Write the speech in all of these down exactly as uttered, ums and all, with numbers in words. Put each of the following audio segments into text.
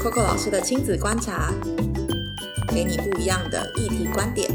Coco 老师的亲子观察，给你不一样的议题观点。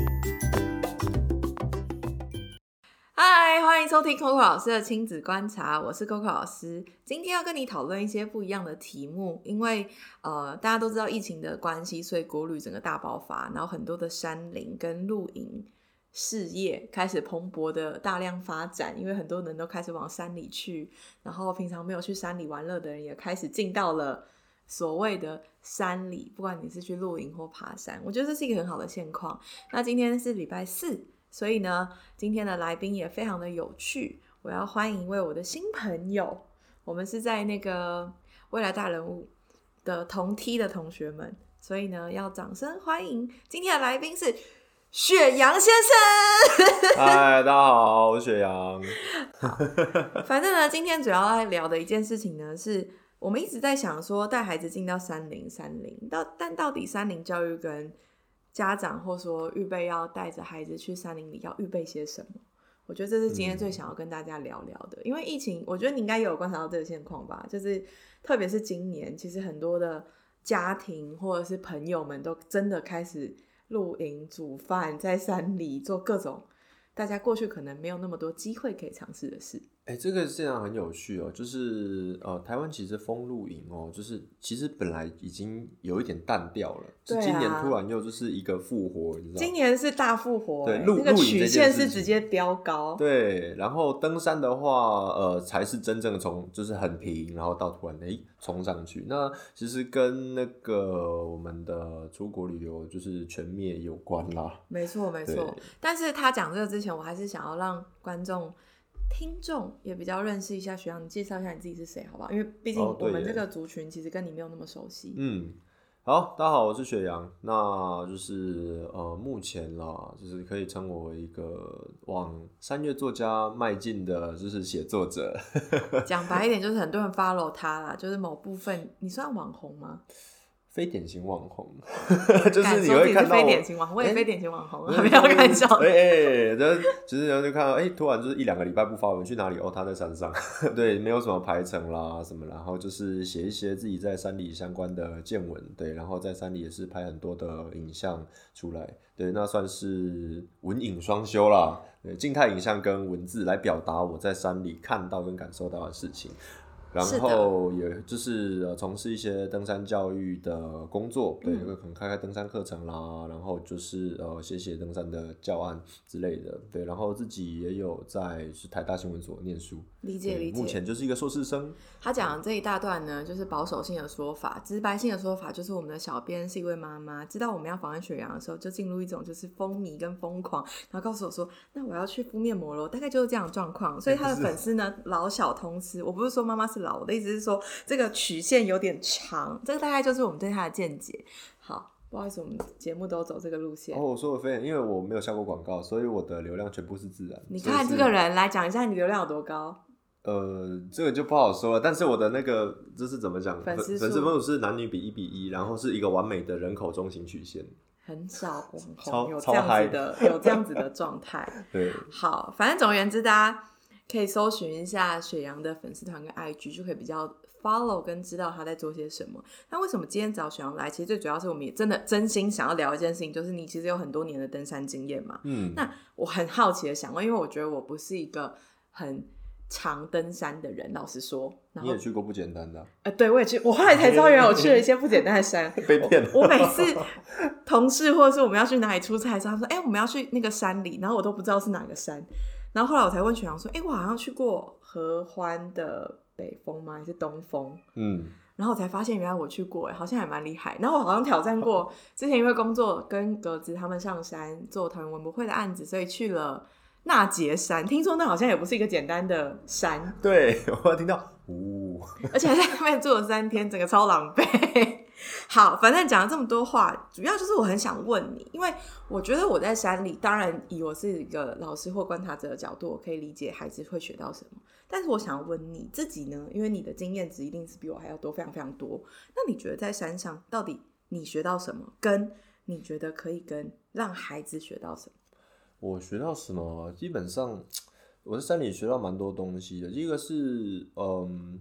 嗨，欢迎收听 Coco 老师的亲子观察，我是 Coco 老师。今天要跟你讨论一些不一样的题目，因为呃，大家都知道疫情的关系，所以国旅整个大爆发，然后很多的山林跟露营事业开始蓬勃的大量发展，因为很多人都开始往山里去，然后平常没有去山里玩乐的人也开始进到了所谓的山里，不管你是去露营或爬山，我觉得这是一个很好的现况。那今天是礼拜四，所以呢，今天的来宾也非常的有趣，我要欢迎一位我的新朋友，我们是在那个未来大人物的同梯的同学们，所以呢，要掌声欢迎今天的来宾是雪阳先生。 嗨，大家好，我是雪阳。 反正呢，今天主要要聊的一件事情呢，是我们一直在想说带孩子进到山林，山林到但到底山林教育跟家长或说预备要带着孩子去山林里要预备些什么？我觉得这是今天最想要跟大家聊聊的，嗯、因为疫情，我觉得你应该也有观察到这个现况吧，就是特别是今年，其实很多的家庭或者是朋友们都真的开始露营、煮饭，在山里做各种大家过去可能没有那么多机会可以尝试的事。 哎、欸，这个现象很有趣哦，就是呃，台湾其实封露营哦，就是其实本来已经有一点淡掉了，是今年突然又就是一个复活，你知道吗？ 今年是大复活， 对， 那个曲线是直接飙高。 对，然后登山的话，呃，才是真正从就是很平，然后到突然哎冲上去。那其实跟那个我们的出国旅游就是全灭有关啦。 没错，没错。但是他讲这个之前，我还是想要让观众。听众也比较认识一下学阳，你介绍一下你自己是谁好不好？因为毕竟我们这个族群其实跟你没有那么熟悉。 哦、嗯，好，大家好，我是雪阳，那就是呃，目前啦，就是可以称我为一个往山岳作家迈进的，就是写作者。 讲白一点，就是很多人 follow 他啦，就是某部分，你算网红吗？ 非典型网红，就是你会看到我， 非典型网红，我也非典型网红，欸、没有开玩笑。 哎哎，就是就是然后就看到，哎、欸，突然就是一两个礼拜不发文，去哪里？哦，他在山上，对，没有什么排程啦什么，然后就是写一些自己在山里相关的见闻，对，然后在山里也是拍很多的影像出来，对，那算是文影双修啦，对，静态影像跟文字来表达我在山里看到跟感受到的事情。然后也就是呃从事一些登山教育的工作，对，可能开开登山课程啦，然后就是呃写写登山的教案之类的，对，然后自己也有在是台大新闻所念书， 理解理解， 目前就是一个硕士生。 他讲的这一大段呢，就是保守性的说法，直白性的说法就是我们的小编是一位妈妈，知道我们要访问雪阳的时候，就进入一种就是风靡跟疯狂，然后告诉我说，那我要去敷面膜咯，大概就是这样的状况。所以他的粉丝呢，老小通吃。我不是说妈妈是老，我的意思是说这个曲线有点长，这大概就是我们对他的见解。好。不好意思，我们节目都走这个路线。 哦，我说的非常，因为我没有下过广告，所以我的流量全部是自然。 你看这个人，来讲一下你流量有多高？ 呃，这个就不好说了。但是我的那个这是怎么讲？ 粉丝粉丝分数是男女比一比一，然后是一个完美的人口中型曲线。 很少网红有这样子的有这样子的状态。 对， 好，反正总而言之，大家可以搜寻一下雪阳的粉丝团跟 I G， 就可以比较 follow 跟知道他在做些什么。那为什么今天找雪阳来？其实最主要是我们也真的真心想要聊一件事情，就是你其实有很多年的登山经验嘛。嗯，那我很好奇的想问，因为我觉得我不是一个很常登山的人，老实说。 你也去过不简单的、啊？ 呃，对，我也去，我后来才知道原来我去了一些不简单的山。 被骗了。 我, 我每次同事或者是我们要去哪里出差的时候，他说：“哎、欸，我们要去那个山里。”然后我都不知道是哪个山。然后后来我才问雪阳说：“哎、欸，我好像去过合欢的北峰吗？还是东峰？”嗯，然后我才发现原来我去过，好像还蛮厉害。然后我好像挑战过，之前因为工作跟格子他们上山做团文博会的案子，所以去了纳杰山。听说那好像也不是一个简单的山。 对，我听到，呜、哦， 而且还在那边住了三天，整个超狼狈。好，反正讲了这么多话，主要就是我很想问你，因为我觉得我在山里，当然以我是一个老师或观察者的角度，我可以理解孩子会学到什么，但是我想要问你自己呢，因为你的经验值一定是比我还要多，非常非常多。那你觉得在山上到底你学到什么，跟你觉得可以跟让孩子学到什么？ 我学到什么？基本上我在山里学到蛮多东西的。一个是，嗯，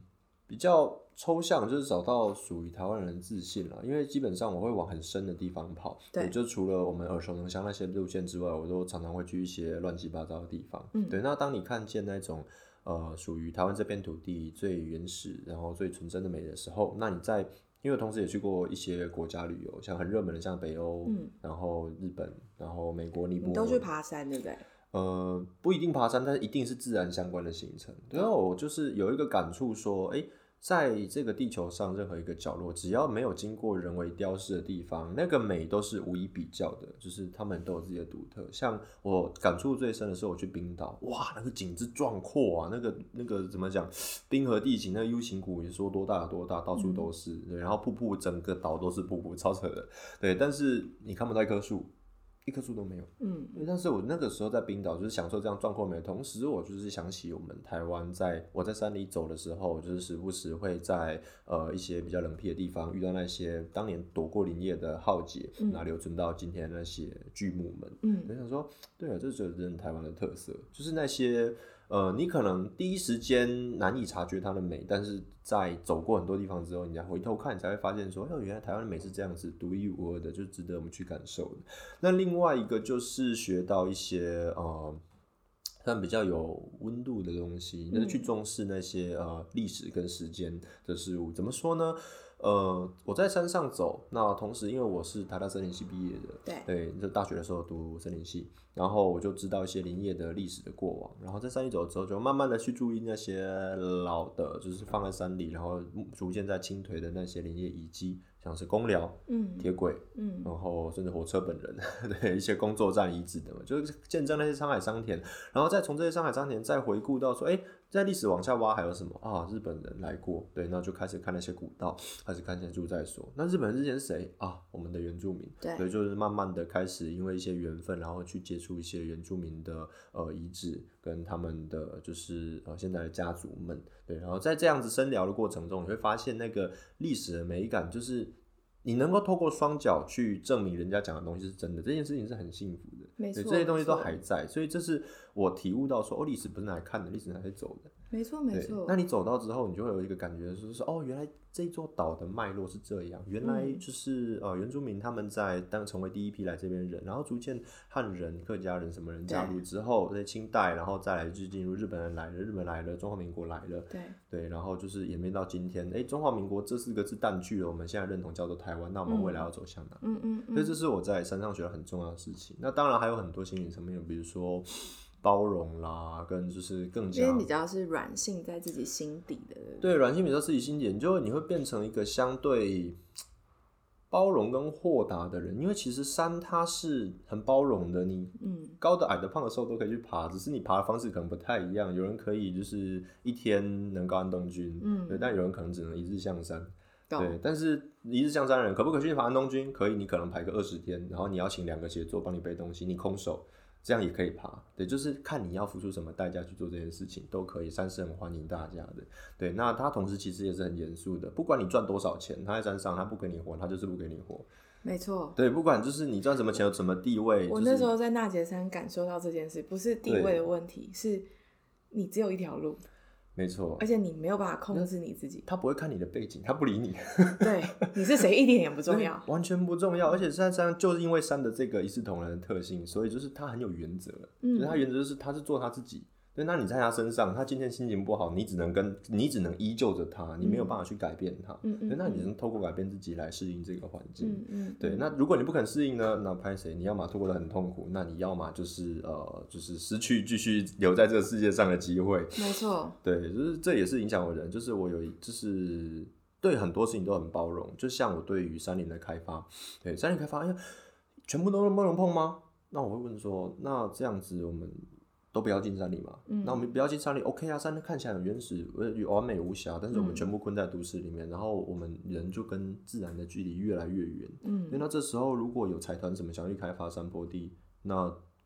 比较抽象，就是找到属于台湾人的自信啦。因为基本上我会往很深的地方跑，对，就除了我们耳熟能详那些路线之外，我都常常会去一些乱七八糟的地方。嗯，对。那当你看见那种呃属于台湾这片土地最原始，然后最纯真的美的时候，那你在因为我同时也去过一些国家旅游，像很热门的像北欧，嗯，然后日本，然后美国尼泊尔， 你都去爬山对不对？ 呃，不一定爬山，但是一定是自然相关的行程。对啊，我就是有一个感触说，哎、欸，在这个地球上任何一个角落，只要没有经过人为雕饰的地方，那个美都是无以比较的，就是他们都有自己的独特。像我感触最深的是我去冰岛，哇，那个景致壮阔啊，那个那个怎么讲，冰河地形，那个 U 型谷也说多大有多大，到处都是，嗯、对，然后瀑布整个岛都是瀑布，超扯的，对，但是你看不到一棵树。一棵树都没有，嗯，但是我那个时候在冰岛就是享受这样壮阔美的同时，我就是想起我们台湾在我在山里走的时候，就是时不时会在呃一些比较冷僻的地方遇到那些当年躲过林业的浩劫，嗯、那留存到今天的那些巨木们，嗯，我想说，对啊，这就是台湾的特色，就是那些。呃，你可能第一时间难以察觉它的美，但是在走过很多地方之后，你再回头看，你才会发现说，哦，原来台湾的美是这样子，独一无二的，就值得我们去感受的。那另外一个就是学到一些呃，算比较有温度的东西，就是去重视那些呃历史跟时间的事物。怎么说呢？呃，我在山上走，那同时因为我是台大森林系毕业的，对，对，就大学的时候读森林系，然后我就知道一些林业的历史的过往，然后在山里走之后，就慢慢的去注意那些老的，就是放在山里，然后逐渐在倾颓的那些林业遗迹，像是公寮、嗯，铁轨，嗯，然后甚至火车本人，对，一些工作站遗址等，就是见证那些沧海桑田，然后再从这些沧海桑田再回顾到说，哎、欸。在历史往下挖还有什么啊？日本人来过，对，那就开始看那些古道，开始看一些住宅所。那日本人之前是谁啊？我们的原住民，对，所以就是慢慢的开始因为一些缘分，然后去接触一些原住民的呃遗址跟他们的就是呃现在的家族们，对，然后在这样子深聊的过程中，你会发现那个历史的美感就是。你能够透过双脚去证明人家讲的东西是真的，这件事情是很幸福的。没错，这些东西都还在，所以这是我体悟到说，哦，历史不是拿来看的，历史拿来走的。 没错，没错。 那你走到之后，你就会有一个感觉，就是哦，原来这座岛的脉络是这样，原来就是、嗯、呃原住民他们在当成为第一批来这边人，然后逐渐汉人、客家人什么人加入之后，在清代，然后再来就进入日本人来了，日本来了，中华民国来了，对对，然后就是演变到今天，哎，中华民国这四个字淡去了，我们现在认同叫做台湾，那我们未来要走向哪？嗯嗯嗯，所以这是我在山上学到很重要的事情。那当然还有很多心理层面，比如说。包容啦，跟就是更加， 因为比较是软性在自己心底的， 对，软性比较自己心底，你就你会变成一个相对包容跟豁达的人。因为其实山它是很包容的，你高的、矮的、胖的、瘦都可以去爬，只是你爬的方式可能不太一样。有人可以就是一天能高安东军，嗯，对，但有人可能只能一日向山。对，但是一日向山的人可不可以去爬安东军？可以，你可能排个二十天，然后你要请两个协作帮你背东西，你空手。这样也可以爬，对，就是看你要付出什么代价去做这件事情，都可以。山是很欢迎大家的，对。那他同时其实也是很严肃的，不管你赚多少钱，他在山上他不给你活，他就是不给你活。 没错， 对，不管就是你赚什么钱有什么地位。 我那时候在那节山感受到这件事，不是地位的问题，是你只有一条路。 没错， 而且你没有办法控制你自己， 他不会看你的背景，他不理你。 对，你是谁一点也不重要， 完全不重要。而且山上就是因为山的这个一视同仁的特性，所以就是他很有原则。嗯，就是他原则就是他是做他自己。对，那你在他身上，他今天心情不好，你只能跟你只能依旧着他，你没有办法去改变他。嗯嗯，那你只能透过改变自己来适应这个环境。嗯嗯，对。那如果你不肯适应呢？那拍谁？你要么透过得很痛苦，那你要么就是呃，就是失去继续留在这个世界上的机会。 没错。 对，就是这也是影响我的人，就是我有就是对很多事情都很包容，就像我对于山林的开发，对山林开发，哎呀，全部都不能碰吗？那我会问说，那这样子我们。都不要进山里嘛、嗯，那我们不要进山里 ，OK 啊，山看起来很原始、完美无瑕，但是我们全部困在都市里面、嗯，然后我们人就跟自然的距离越来越远。嗯，所以那这时候如果有财团什么想要去开发山坡地，那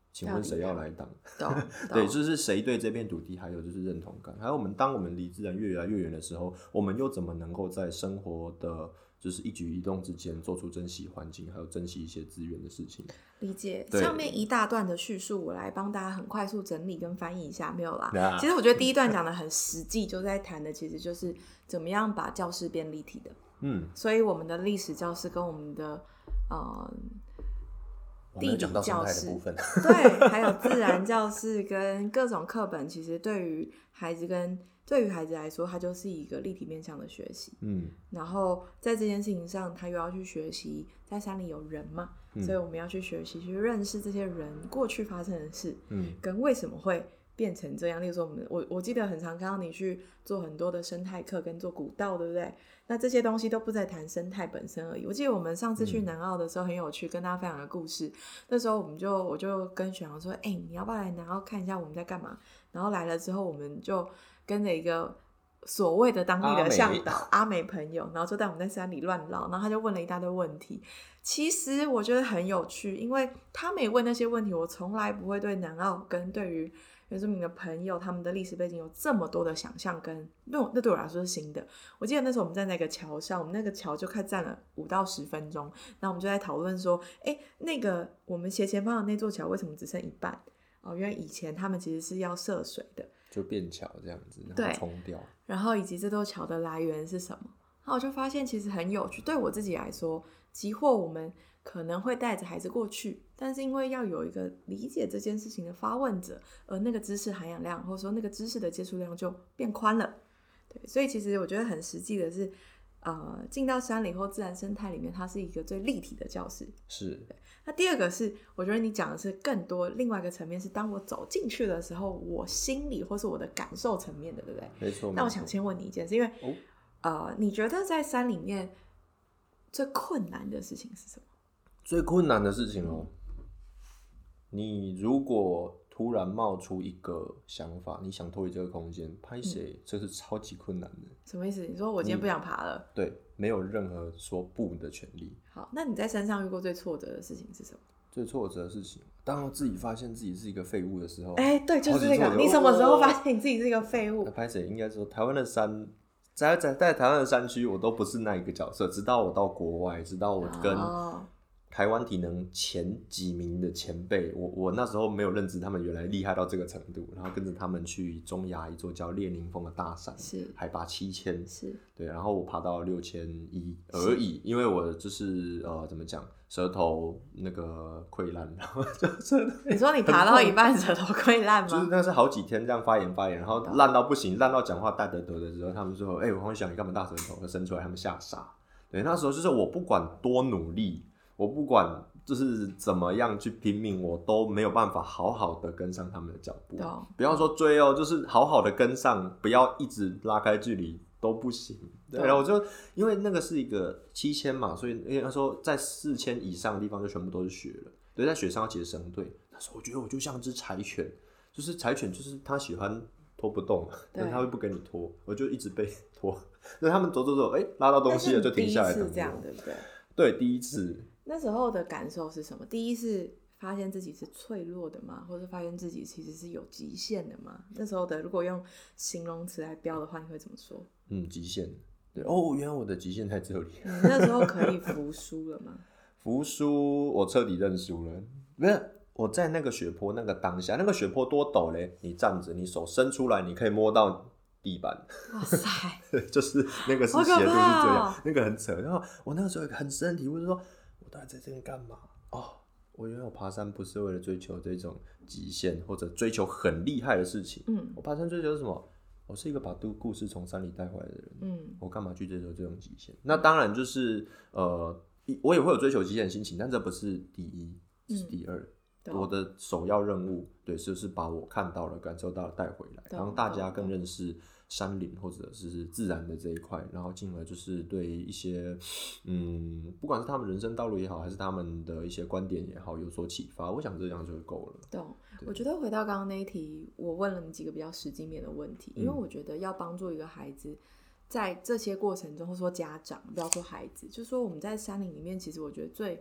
请问谁要来当？ 懂对，就是谁对这片土地还有就是认同感，还有我们当我们离自然越来越远的时候，我们又怎么能够在生活的就是一举一动之间做出珍惜环境还有珍惜一些资源的事情？ 理解。上面一大段的叙述我来帮大家很快速整理跟翻译一下，没有啦、啊、其实我觉得第一段讲的很实际，就在谈的其实就是怎么样把教室变立体的。嗯，所以我们的历史教室跟我们的呃地理教室的部分对，还有自然教室跟各种课本，其实对于孩子跟对于孩子来说，它就是一个立体面向的学习。嗯，然后在这件事情上，他又要去学习，在山里有人嘛、嗯，所以我们要去学习去认识这些人过去发生的事，嗯，跟为什么会变成这样。例如说我们我我记得很常看到你去做很多的生态课跟做古道，对不对？那这些东西都不在谈生态本身而已。我记得我们上次去南澳的时候很有趣，跟大家分享的故事。那时候我们就我就跟雪阳说，哎、欸，你要不要来南澳看一下我们在干嘛？然后来了之后，我们就跟着一个所谓的当地的向导阿美朋友，然后就带我们在山里乱绕，然后他就问了一大堆问题。其实我觉得很有趣，因为他没问那些问题，我从来不会对南澳跟对于原住民的朋友他们的历史背景有这么多的想象，跟那那对我来说是新的。我记得那时候我们站在一个桥上，我们那个桥就快站了五到十分钟，然后我们就在讨论说，哎，那个我们斜前方的那座桥为什么只剩一半？哦，因为以前他们其实是要涉水的， 就变桥这样子，然后冲掉。 然后以及这座桥的来源是什么？然后我就发现其实很有趣。对我自己来说，即或我们可能会带着孩子过去，但是因为要有一个理解这件事情的发问者，而那个知识含氧量或者说那个知识的接触量就变宽了。对，所以其实我觉得很实际的是，呃，进到山里或自然生态里面，它是一个最立体的教室。 是。 那第二个是，我觉得你讲的是更多另外一个层面，是当我走进去的时候，我心里或是我的感受层面的，对不对？ 没错。 那我想先问你一件事，因为、哦、呃，你觉得在山里面最困难的事情是什么？ 最困难的事情哦，你如果突然冒出一个想法，你想脱离这个空间，拍谁、嗯、这是超级困难的。 什么意思？你说我今天不想爬了？ 对，没有任何说不的权利。 好，那你在山上遇过最挫折的事情是什么？ 最挫折的事情，当我自己发现自己是一个废物的时候。 哎、欸，对，就是这个。你什么时候发现你自己是一个废物？ 拍谁？应该说台湾的山，在在在台湾的山区，我都不是那一个角色。直到我到国外，直到我跟、哦。台湾体能前几名的前辈，我我那时候没有认知他们原来厉害到这个程度，然后跟着他们去中亚一座叫列宁峰的大山， 是海拔七千， 是对，然后我爬到六千一而已，因为我就是呃怎么讲，舌头那个溃烂，然后就舌头。 你说你爬到一半舌头溃烂吗？ 就是那是好几天这样发炎发炎，然后烂到不行，烂到讲话带得得的时候，他们说，哎、欸，我好想你干嘛大舌头，伸出来，他们吓傻。对，那时候就是我不管多努力。我不管就是怎么样去拼命，我都没有办法好好的跟上他们的脚步。不要说追哦，就是好好的跟上，不要一直拉开距离都不行。对，然后我就因为那个是一个七千嘛，所以因为他说在四千以上的地方就全部都是雪了。对，在雪上要结绳队，那时候我觉得我就像只柴犬，就是柴犬就是他喜欢拖不动，但是他会不跟你拖，我就一直被拖。所以他们走走走，哎、欸，拉到东西了就停下来等我。 第一次这样对不对？ 对，第一次。 那时候的感受是什么？第一是发现自己是脆弱的吗？或者发现自己其实是有极限的吗？那时候的如果用形容词来标的话，你会怎么说？ 嗯，极限。对哦，原来我的极限在这里。 你那时候可以服输了吗？ 服输，我彻底认输了。不是，我在那个雪坡那个当下，那个雪坡多陡嘞！你站着，你手伸出来，你可以摸到地板。 哇塞！ 就是那个是斜度是这样，哦、那个很扯。然后我那个时候有一个很深的体会，就是说。我到底在这边干嘛？哦，我原来我爬山不是为了追求这种极限或者追求很厉害的事情。嗯，我爬山追求是什么？我是一个把故事从山里带回来的人。嗯，我干嘛去追求这种极限？那当然就是呃，我也会有追求极限的心情，但这不是第一，是第二。嗯、我的首要任务，对，就是把我看到了、感受到了带回来，让大家更认识山林或者是自然的这一块，然后进而就是对一些嗯，不管是他们人生道路也好，还是他们的一些观点也好，有所启发。我想这样就够了。 懂。我觉得回到刚刚那一题，我问了你几个比较实际面的问题，因为我觉得要帮助一个孩子在这些过程中，或说家长，不要说孩子，就是说我们在山林里面，其实我觉得最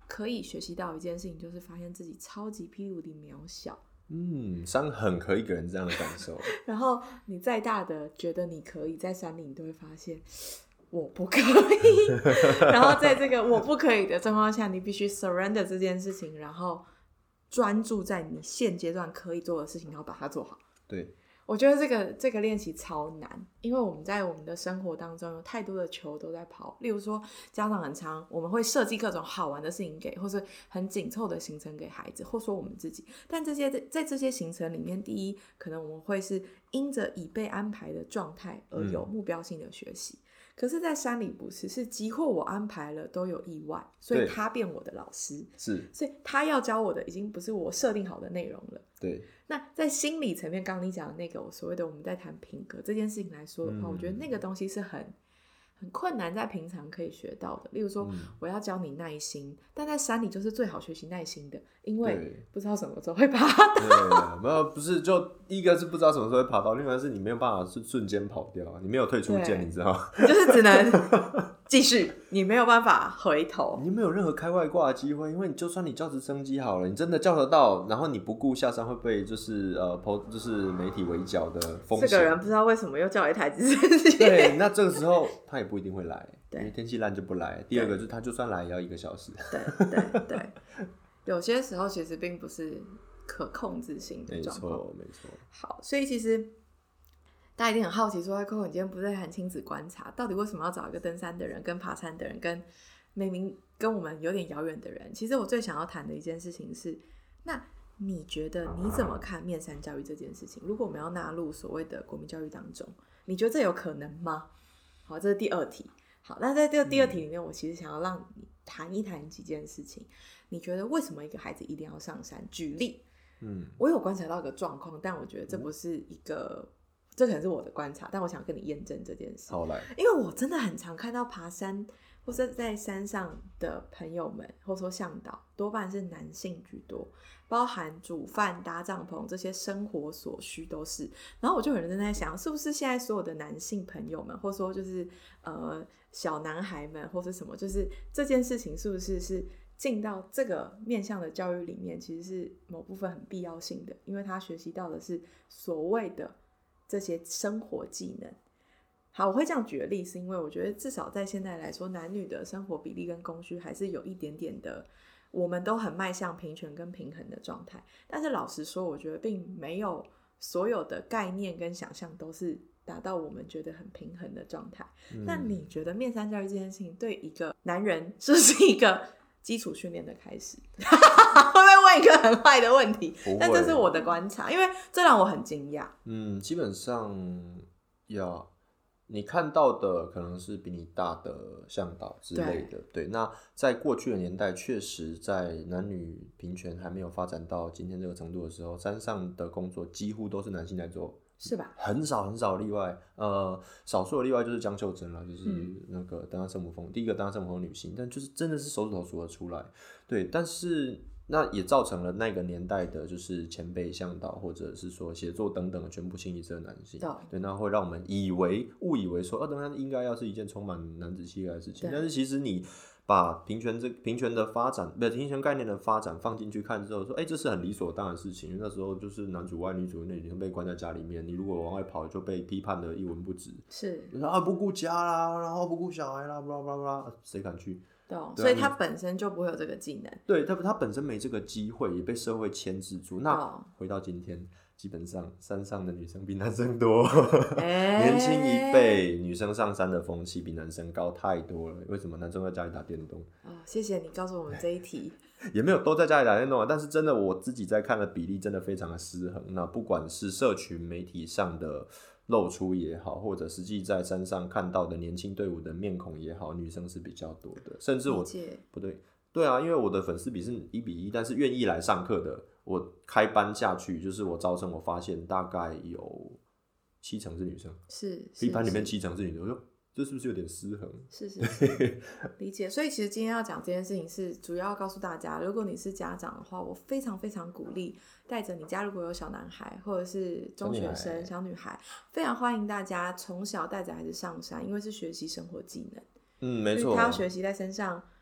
可以学习到一件事情，就是发现自己超级霹雳无敌渺小。 嗯，山很可以给人这样的感受。 然后你再大的觉得你可以在山里，你都会发现我不可以。然后在这个我不可以的状况下，你必须 surrender 这件事情，然后专注在你现阶段可以做的事情，然后把它做好。 对， 我觉得这个这个练习超难，因为我们在我们的生活当中有太多的球都在跑。例如说，家长很常我们会设计各种好玩的事情给，或是很紧凑的行程给孩子，或说我们自己。但这些在这些行程里面，第一，可能我们会是因着已被安排的状态而有目标性的学习。嗯，可是在山里不是，是几乎我安排了都有意外，所以他变我的老师， 是， 所以他要教我的已经不是我设定好的内容了。 对， 那在心理层面，刚刚你讲的那个我所谓的我们在谈品格这件事情来说的话，嗯，我觉得那个东西是很很困难在平常可以学到的。例如说，嗯，我要教你耐心，但在山里就是最好学习耐心的，因为不知道什么时候会爬到。 没有，不是，就一个是不知道什么时候会爬到，另外是你没有办法瞬间跑掉，你没有退出键，你知道吗？ 你就是只能继续，你没有办法回头， 你没有任何开外挂的机会，因为你就算你叫直升机好了，你真的叫得到，然后你不顾下山会被就是呃就是媒体围剿的风险。 这个人不知道为什么又叫了一台直升机。 对，那这个时候他也不一定会来，因为天气烂就不来。第二个就是他就算来也要一个小时。 对对对，有些时候其实并不是可控制性的状况。 没错没错。 好，所以其实大家一定很好奇说，Coco你今天不是在谈亲子观察，到底为什么要找一个登山的人跟爬山的人跟明明跟我们有点遥远的人？其实我最想要谈的一件事情是，那你觉得你怎么看面山教育这件事情？如果我们要纳入所谓的国民教育当中，你觉得这有可能吗？好，这是第二题。好，那在这个第二题里面，我其实想要让你谈一谈几件事情。你觉得为什么一个孩子一定要上山？举例，嗯，我有观察到一个状况，但我觉得这不是一个，这可能是我的观察，但我想跟你验证这件事。 好，来， 因为我真的很常看到爬山或是在山上的朋友们，或者说向导，多半是男性居多，包含煮饭、搭帐篷这些生活所需都是。然后我就很认真在想，是不是现在所有的男性朋友们，或者说就是呃小男孩们，或是什么，就是这件事情是不是是进到这个面向的教育里面，其实是某部分很必要性的，因为他学习到的是所谓的这些生活技能。好，我会这样举个例，是因为我觉得至少在现在来说，男女的生活比例跟供需还是有一点点的，我们都很迈向平权跟平衡的状态。但是老实说，我觉得并没有所有的概念跟想象都是达到我们觉得很平衡的状态。嗯、那你觉得面山教育这件事情对一个男人是不是一个基础训练的开始？会不会问一个很坏的问题？但这是我的观察，因为这让我很惊讶。 嗯，基本上要。你看到的可能是比你大的向导之类的， 对, 对。那在过去的年代，确实在男女平权还没有发展到今天这个程度的时候，山上的工作几乎都是男性在做， 是吧？ 很少很少例外，呃，少数的例外就是江秀珍啦，就是那个登山圣母峰，第一个登山圣母峰女性，但就是真的是手指头数得出来，对。但是那也造成了那个年代的就是前辈向导或者是说协作等等的全部清一色男性，对，那会让我们以为误以为说，啊，登山应该要是一件充满男子气概的事情，但是其实你把平权这平权的发展，不是平权概念的发展放进去看之后，说，哎、欸，这是很理所当然的事情，因为那时候就是男主外女主内，你被关在家里面，你如果往外跑就被批判的一文不值， 是， 啊不顾家啦，然后不顾小孩啦，巴拉巴拉，谁敢去？ 对，所以他本身就不会有这个技能。 对，他他本身没这个机会，也被社会牵制住。那回到今天，基本上山上的女生比男生多，欸、年轻一辈女生上山的风气比男生高太多了。为什么男生在家里打电动？ 哦，谢谢你告诉我们这一题。 也没有都在家里打电动啊，但是真的我自己在看的比例真的非常的失衡。那不管是社群媒体上的露出也好，或者实际在山上看到的年轻队伍的面孔也好，女生是比较多的，甚至我不对，对啊，因为我的粉丝比是一比一，但是愿意来上课的，我开班下去，就是我招生，我发现大概有七成是女生， 是， 一班里面七成是女生，我说这是不是有点失衡？ 是是是，理解。所以其实今天要讲这件事情是主要告诉大家，如果你是家长的话，我非常非常鼓励带着你家如果有小男孩或者是中学生、小女孩，非常欢迎大家从小带着孩子上山，因为是学习生活技能。 嗯，没错。 他要学习在身上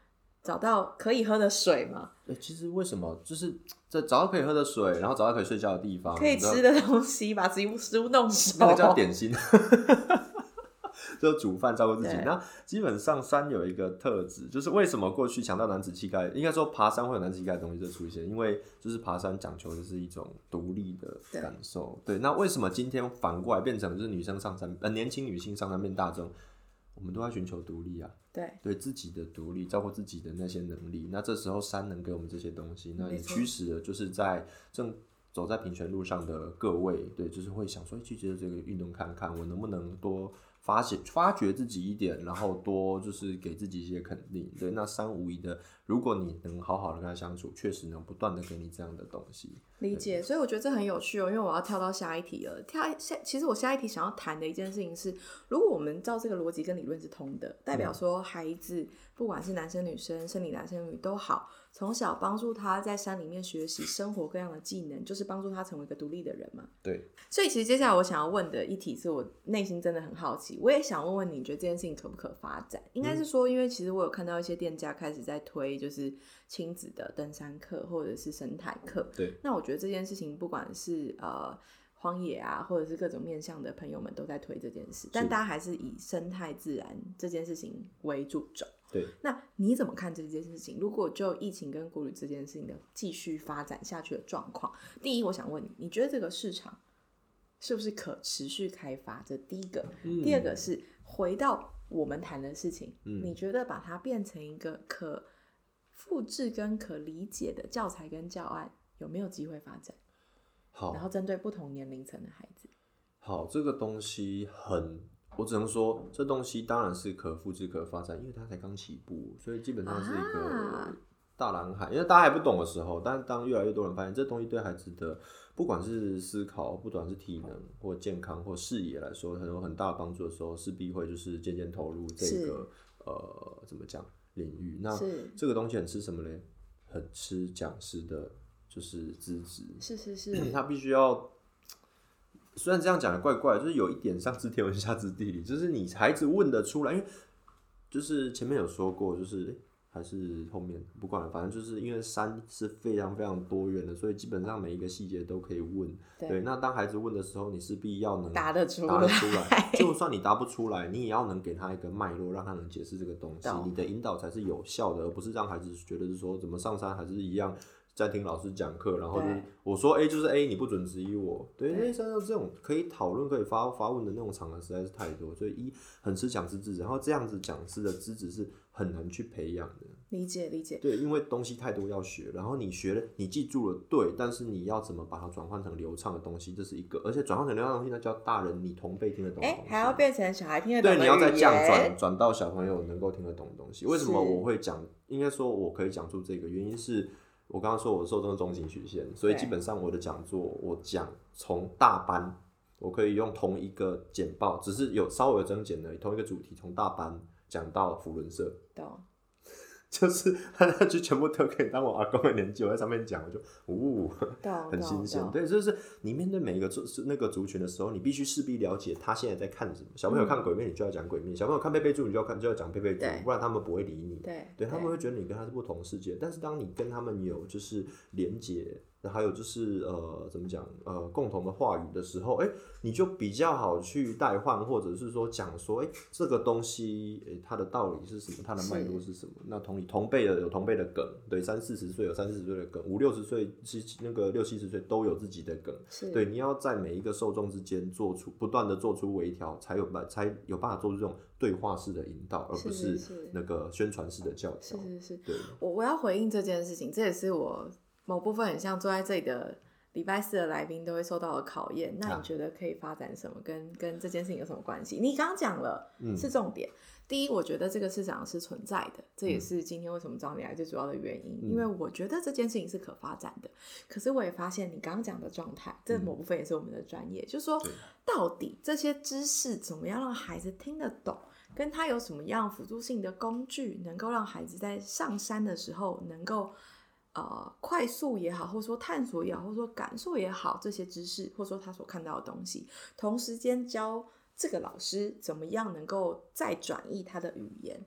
找到可以喝的水吗？ 欸、其实为什么就是在找到可以喝的水，然后找到可以睡觉的地方， 可以吃的东西，把食物食物弄熟， 那个叫点心。就煮饭照顾自己。 对那基本上山有一个特质，就是为什么过去强调男子气概，应该说爬山会有男子气概的东西就出现，因为就是爬山讲求的是一种独立的感受。对，那为什么今天反过来变成就是女生上山，呃，年轻女性上山变大众？我们都在寻求独立啊， 对， 对自己的独立，照顾自己的那些能力。那这时候山能给我们这些东西，那也驱使了就是在正走在平权路上的各位，对，就是会想说，去接着这个运动看看，我能不能多发现、发掘自己一点，然后多就是给自己一些肯定。对，那山无疑的，如果你能好好的跟他相处，确实能不断的给你这样的东西。 理解，所以我觉得这很有趣哦，因为我要跳到下一题了。跳下，其实我下一题想要谈的一件事情是，如果我们照这个逻辑跟理论是通的，代表说孩子不管是男生女生、生理男生女都好，从小帮助他在山里面学习生活各样的技能，就是帮助他成为一个独立的人嘛。 对。 所以其实接下来我想要问的一题是我内心真的很好奇，我也想问问你，你觉得这件事情可不可发展？应该是说，因为其实我有看到一些店家开始在推就是亲子的登山课或者是生态课。 对。 那我觉得这件事情不管是呃荒野啊，或者是各种面向的朋友们都在推这件事，但大家还是以生态自然这件事情为主轴。 对， 那你怎么看这件事情？如果就疫情跟国旅这件事情的继续发展下去的状况，第一，我想问你，你觉得这个市场是不是可持续开发？这第一个、嗯、第二个是回到我们谈的事情、嗯、你觉得把它变成一个可复制跟可理解的教材跟教案，有没有机会发展？好，然后针对不同年龄层的孩子。 好，这个东西很，我只能说这东西当然是可复制可发展，因为它才刚起步，所以基本上是一个大蓝海、啊、因为大家还不懂的时候，但当越来越多人发现这东西对孩子的不管是思考，不管是体能或健康或视野来说很有很大的帮助的时候，势必会就是渐渐投入这个呃怎么讲领域。那这个东西很吃什么嘞？很吃讲师的就是资质， 是是是， 他必须要，虽然这样讲的怪怪，就是有一点上知天文下知地理，就是你孩子问得出来，因为就是前面有说过，就是还是后面不管了，反正就是因为山是非常非常多元的，所以基本上每一个细节都可以问。对，对，那当孩子问的时候，你势必要能答得出来， 答得出来。就算你答不出来，你也要能给他一个脉络，让他能解释这个东西。你的引导才是有效的，而不是让孩子觉得是说怎么上山还是一样。在听老师讲课，然后就是我说 A 就是 A， 你不准质疑我。对，因为像这种可以讨论、可以发发问的那种场合实在是太多，所以一很吃讲师资质，然后这样子讲师的资质是很难去培养的。 理解理解。 对，因为东西太多要学，然后你学了，你记住了，对，但是你要怎么把它转换成流畅的东西，这是一个，而且转换成流畅的东西，那叫大人你同辈听得懂的东西， 哎，还要变成小孩听得懂的语言。 对，你要再这样转转到小朋友能够听得懂的东西。为什么我会讲？应该说我可以讲出这个原因是。我刚刚说我受众是中型曲线，所以基本上我的讲座，我讲从大班，我可以用同一个简报，只是有稍微有增减而已，同一个主题从大班讲到扶轮社，就是他就全部都可以当我阿公的年纪，我在上面讲，我就呜、哦，很新鲜。对，就是你面对每一个那个族群的时候，你必须势必了解他现在在看什么。小朋友看鬼灭，你就要讲鬼灭；小朋友看佩佩猪，你就要看就要讲佩佩猪，不然他们不会理你。 对， 对，他们会觉得你跟他是不同世界。但是当你跟他们有就是连结。还有就是呃，怎么讲呃，共同的话语的时候，哎，你就比较好去代换，或者是说讲说，哎，这个东西，哎，它的道理是什么，它的脉络是什么？那同理，同辈的有同辈的梗，对，三四十岁有三四十岁的梗，五六十岁七那个六七十岁都有自己的梗，对，你要在每一个受众之间做出不断的做出微调，才有办才有办法做出这种对话式的引导，而不是那个宣传式的教条。 是是是， 对， 我我要回应这件事情，这也是我。某部分很像坐在这里的礼拜四的来宾都会受到的考验，那你觉得可以发展什么？跟跟这件事情有什么关系？你刚刚讲了，是重点。嗯、第一，我觉得这个市场是存在的，这也是今天为什么找你来最主要的原因，嗯、因为我觉得这件事情是可发展的。可是我也发现你刚刚讲的状态，这某部分也是我们的专业，嗯、就是说到底这些知识怎么样让孩子听得懂？跟他有什么样辅助性的工具，能够让孩子在上山的时候能够。呃，快速也好，或者说探索也好，或者说感受也好，这些知识，或者说他所看到的东西，同时间教这个老师怎么样能够再转译他的语言，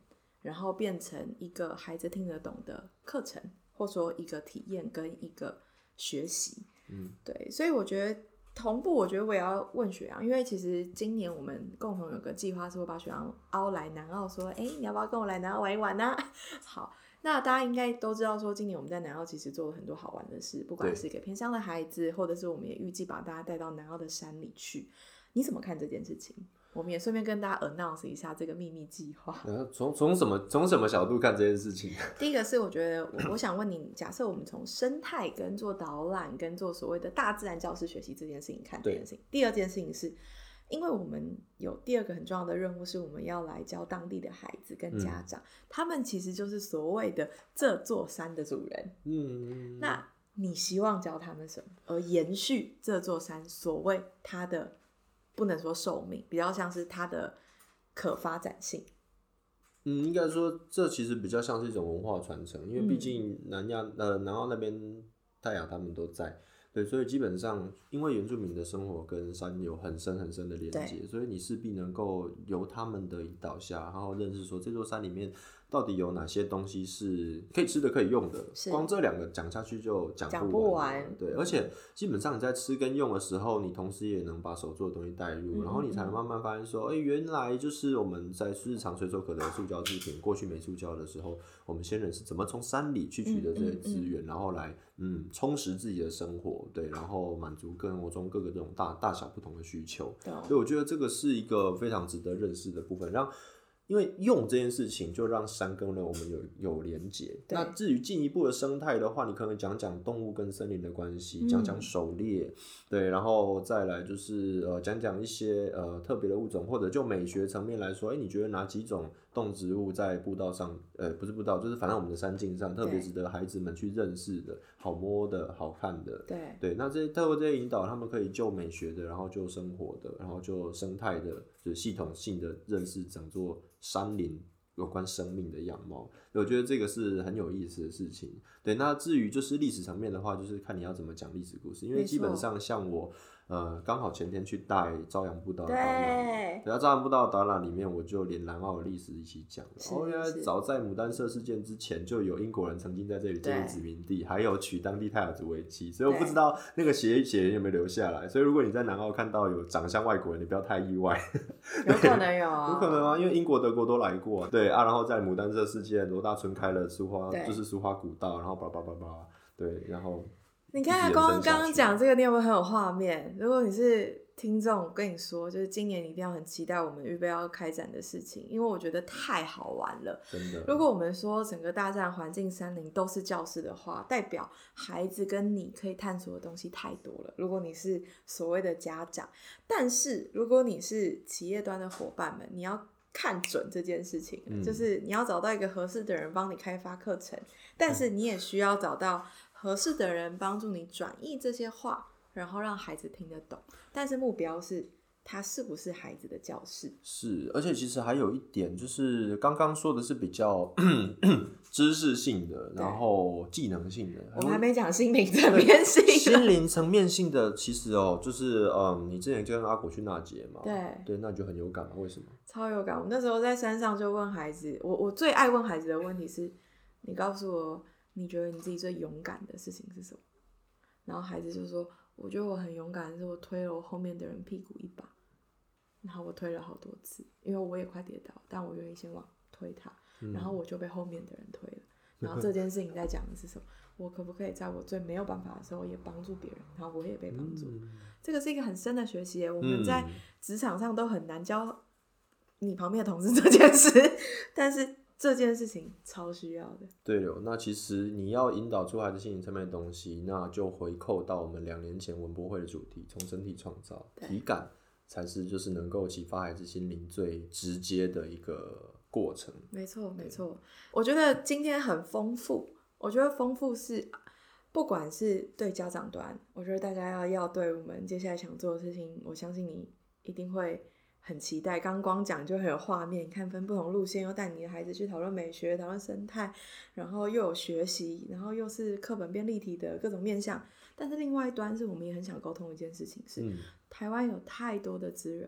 然后变成一个孩子听得懂的课程，或说一个体验跟一个学习。嗯，对，所以我觉得同步，我觉得我也要问雪阳，因为其实今年我们共同有个计划，是会把雪阳邀来南澳，说，哎，你要不要跟我来南澳玩一玩呢、啊？好，那大家应该都知道说，今年我们在南澳其实做了很多好玩的事，不管是给偏乡的孩子，或者是我们也预计把大家带到南澳的山里去。你怎么看这件事情？我们也顺便跟大家 announce 一下这个秘密计划。 从从什么从什么角度看这件事情？ 第一个是我觉得我，我想问你，假设我们从生态跟做导览跟做所谓的大自然教室学习这件事情看这件事情。第二件事情是，因为我们有第二个很重要的任务，是我们要来教当地的孩子跟家长，嗯、他们其实就是所谓的这座山的主人。嗯，那你希望教他们什么，而延续这座山所谓它的不能说寿命，比较像是它的可发展性。 嗯，应该说这其实比较像是一种文化传承，因为毕竟南亚、嗯、呃南澳那边泰雅他们都在，对，所以基本上因为原住民的生活跟山有很深很深的连接，所以你势必能够由他们的引导下，然后认识说这座山里面到底有哪些东西是可以吃的可以用的，光这两个讲下去就讲不完，不完对，而且基本上你在吃跟用的时候，你同时也能把手做的东西带入，嗯、然后你才能慢慢发现说，哎、欸，原来就是我们在日常随手可得的塑胶制品，过去没塑胶的时候，我们先人是怎么从山里去取得这些资源，嗯嗯嗯然后来嗯充实自己的生活，对，然后满足生活中各个这种大大小不同的需求，所以我觉得这个是一个非常值得认识的部分，让。因为用这件事情就让山跟我们有有连结。那至于进一步的生态的话，你可能讲讲动物跟森林的关系，讲讲狩猎，对，然后再来就是呃讲讲一些呃特别的物种，或者就美学层面来说，哎，你觉得哪几种动植物在步道上，呃，不是步道，就是反正我们的山径上特别值得孩子们去认识的，好摸的、好看的，对对。那这些透过这些引导，他们可以就美学的，然后就生活的，然后就生态的，就是系统性的认识整座山林有关生命的样貌，我觉得这个是很有意思的事情。对，那至于就是历史层面的话，就是看你要怎么讲历史故事，因为基本上像我。呃，刚好前天去带朝阳步道的导览，对，朝阳步道的导览里面，我就连南澳的历史一起讲了。哦，原来早在牡丹社事件之前，就有英国人曾经在这里建立殖民地，还有娶当地泰雅族为妻，所以我不知道那个血血有没有留下来。所以如果你在南澳看到有长相外国人，你不要太意外。 有可能有啊， 有可能啊，因为英国、德国都来过、啊。对啊，然后在牡丹社事件，罗大村开了苏花，就是苏花古道，然后叭叭叭叭，对，然后。 你看，光刚刚讲这个，你有没有很有画面？如果你是听众，我跟你说，就是今年你一定要很期待我们预备要开展的事情，因为我觉得太好玩了。 真的， 如果我们说整个大自然环境、山林都是教室的话，代表孩子跟你可以探索的东西太多了。如果你是所谓的家长，但是如果你是企业端的伙伴们，你要看准这件事情，嗯、就是你要找到一个合适的人帮你开发课程，但是你也需要找到合适的人帮助你转译这些话，然后让孩子听得懂。但是目标是它是不是孩子的教室？ 是，而且其实还有一点就是刚刚说的是比较知识性的，然后技能性的。 我们还没讲心灵层面性的。 心灵层面性的其实哦，就是嗯，你之前就跟阿果去纳杰嘛， 对对，那你就很有感嘛？为什么？ 超有感！我那时候在山上就问孩子，我我最爱问孩子的问题是：你告诉我。你觉得你自己最勇敢的事情是什么？然后孩子就说：“我觉得我很勇敢的是我推了我后面的人屁股一把，然后我推了好多次，因为我也快跌倒，但我愿意先往推他，然后我就被后面的人推了。然后这件事情在讲的是什么？我可不可以在我最没有办法的时候也帮助别人，然后我也被帮助？嗯、这个是一个很深的学习耶。我们在职场上都很难教你旁边的同事这件事，但是。”这件事情超需要的。 对了，那其实你要引导出孩子心灵层面的东西，那就回扣到我们两年前文博会的主题，从身体创造，体感才是就是能够启发孩子心灵最直接的一个过程。 没错，没错。我觉得今天很丰富，我觉得丰富是不管是对家长端，我觉得大家要要对我们接下来想做的事情，我相信你一定会。很期待，刚光讲就很有画面，你看分不同路线，又带你的孩子去讨论美学、讨论生态，然后又有学习，然后又是课本变立体的各种面向。但是另外一端是我们也很想沟通一件事情是，嗯、台湾有太多的资源了，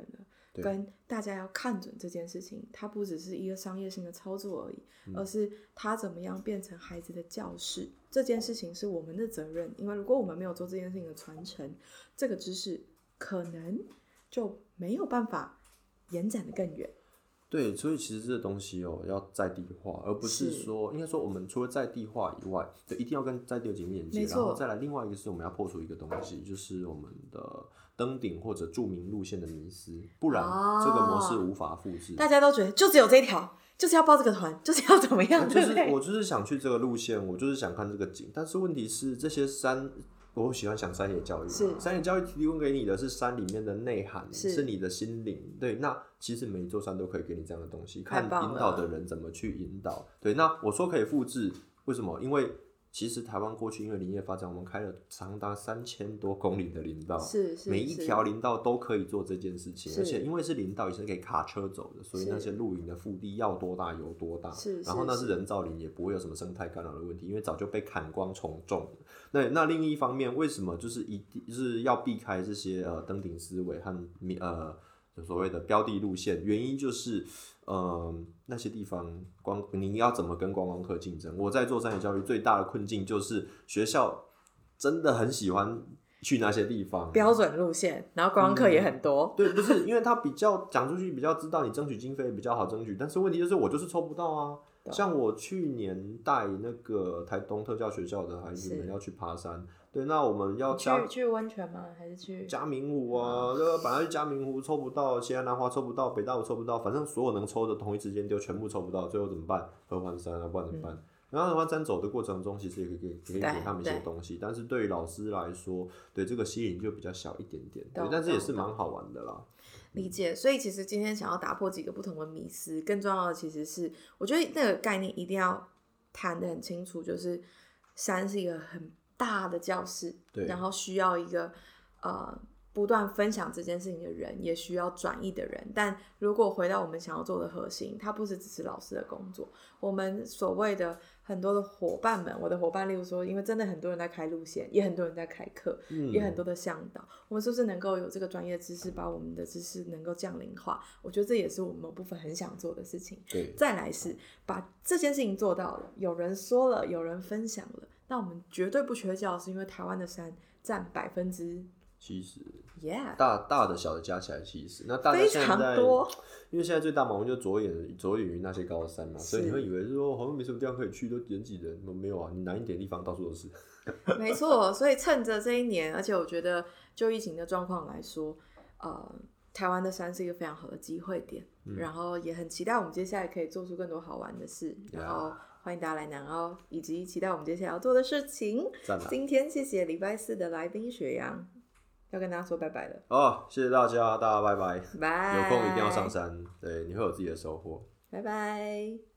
跟大家要看准这件事情，它不只是一个商业性的操作而已，嗯、而是它怎么样变成孩子的教室。这件事情是我们的责任，因为如果我们没有做这件事情的传承，这个知识可能就没有办法延展的更远。 对，所以其实这个东西哦要在地化，而不是说，应该说我们除了在地化以外，对，一定要跟在地有紧密连接，然后再来另外一个是我们要破除一个东西，就是我们的登顶或者著名路线的迷思，不然这个模式无法复制。 哦、大家都觉得就只有这一条，就是要报这个团，就是要怎么样？ 就是我就是想去这个路线，我就是想看这个景，但是问题是这些山。我喜欢想山野教育，山野教育提供给你的是山里面的内涵， 是, 是你的心灵。对，那其实每一座山都可以给你这样的东西，看引导的人怎么去引导。对，那我说可以复制，为什么？因为其实台湾过去因为林业发展，我们开了长达三千多公里的林道， 是是每一条林道都可以做这件事情，而且因为是林道也是可以卡车走的，所以那些露营的腹地要多大有多大，然后那是人造林，也不会有什么生态干扰的问题，因为早就被砍光重种了。那那另一方面，为什么就是一就是要避开这些呃登顶思维和呃所谓的标的路线？原因就是。呃，那些地方光你要怎么跟观光客竞争？我在做山野教育最大的困境就是学校真的很喜欢去那些地方， 标准路线，然后观光客也很多。 嗯、对，不是因为他比较讲出去比较知道你争取经费比较好争取，但是问题就是我就是抽不到啊。像我去年带那个台东特教学校的孩子们要去爬山。对，那我们要去去温泉吗？还是去嘉明湖啊？这、嗯、本来去嘉明湖抽不到，西安南华抽不到，北大武抽不到，反正所有能抽的同一时间丢，全部抽不到，最后怎么办？合欢山啊，不然怎么办？嗯、然后合欢山走的过程中，其实也可以也可以给他们一些东西，但是对于老师来说，对这个吸引就比较小一点点，对，但是也是蛮好玩的啦。 理解，所以其实今天想要打破几个不同的迷思，更重要的其实是，我觉得那个概念一定要谈得很清楚，就是山是一个很大的教室，然后需要一个呃不断分享这件事情的人，也需要转译的人。但如果回到我们想要做的核心，它不是只是老师的工作，我们所谓的很多的伙伴们，我的伙伴例如说，因为真的很多人在开路线，也很多人在开课、嗯、也很多的向导，我们是不是能够有这个专业知识，把我们的知识能够降龄化？我觉得这也是我们某部分很想做的事情。 对， 再来是把这件事情做到了，有人说了，有人分享了，那我们绝对不缺教师，因为台湾的山占百分之七十， yeah， 大大的小的加起来七十。那大家现在非常多， 因为现在最大盲目就着眼着眼于那些高山嘛，所以你会以为说好像没什么地方可以去，都人挤人。没有啊，你难一点的地方到处都是。 没错，所以趁着这一年，而且我觉得就疫情的状况来说，呃，台湾的山是一个非常好的机会点，嗯、然后也很期待我们接下来可以做出更多好玩的事，然后欢迎大家来南澳，以及期待我们接下来要做的事情。今天谢谢礼拜四的来宾雪阳，要跟大家说拜拜了。 哦，谢谢大家，大家拜拜。 拜， 有空一定要上山，对，你会有自己的收获。 拜拜。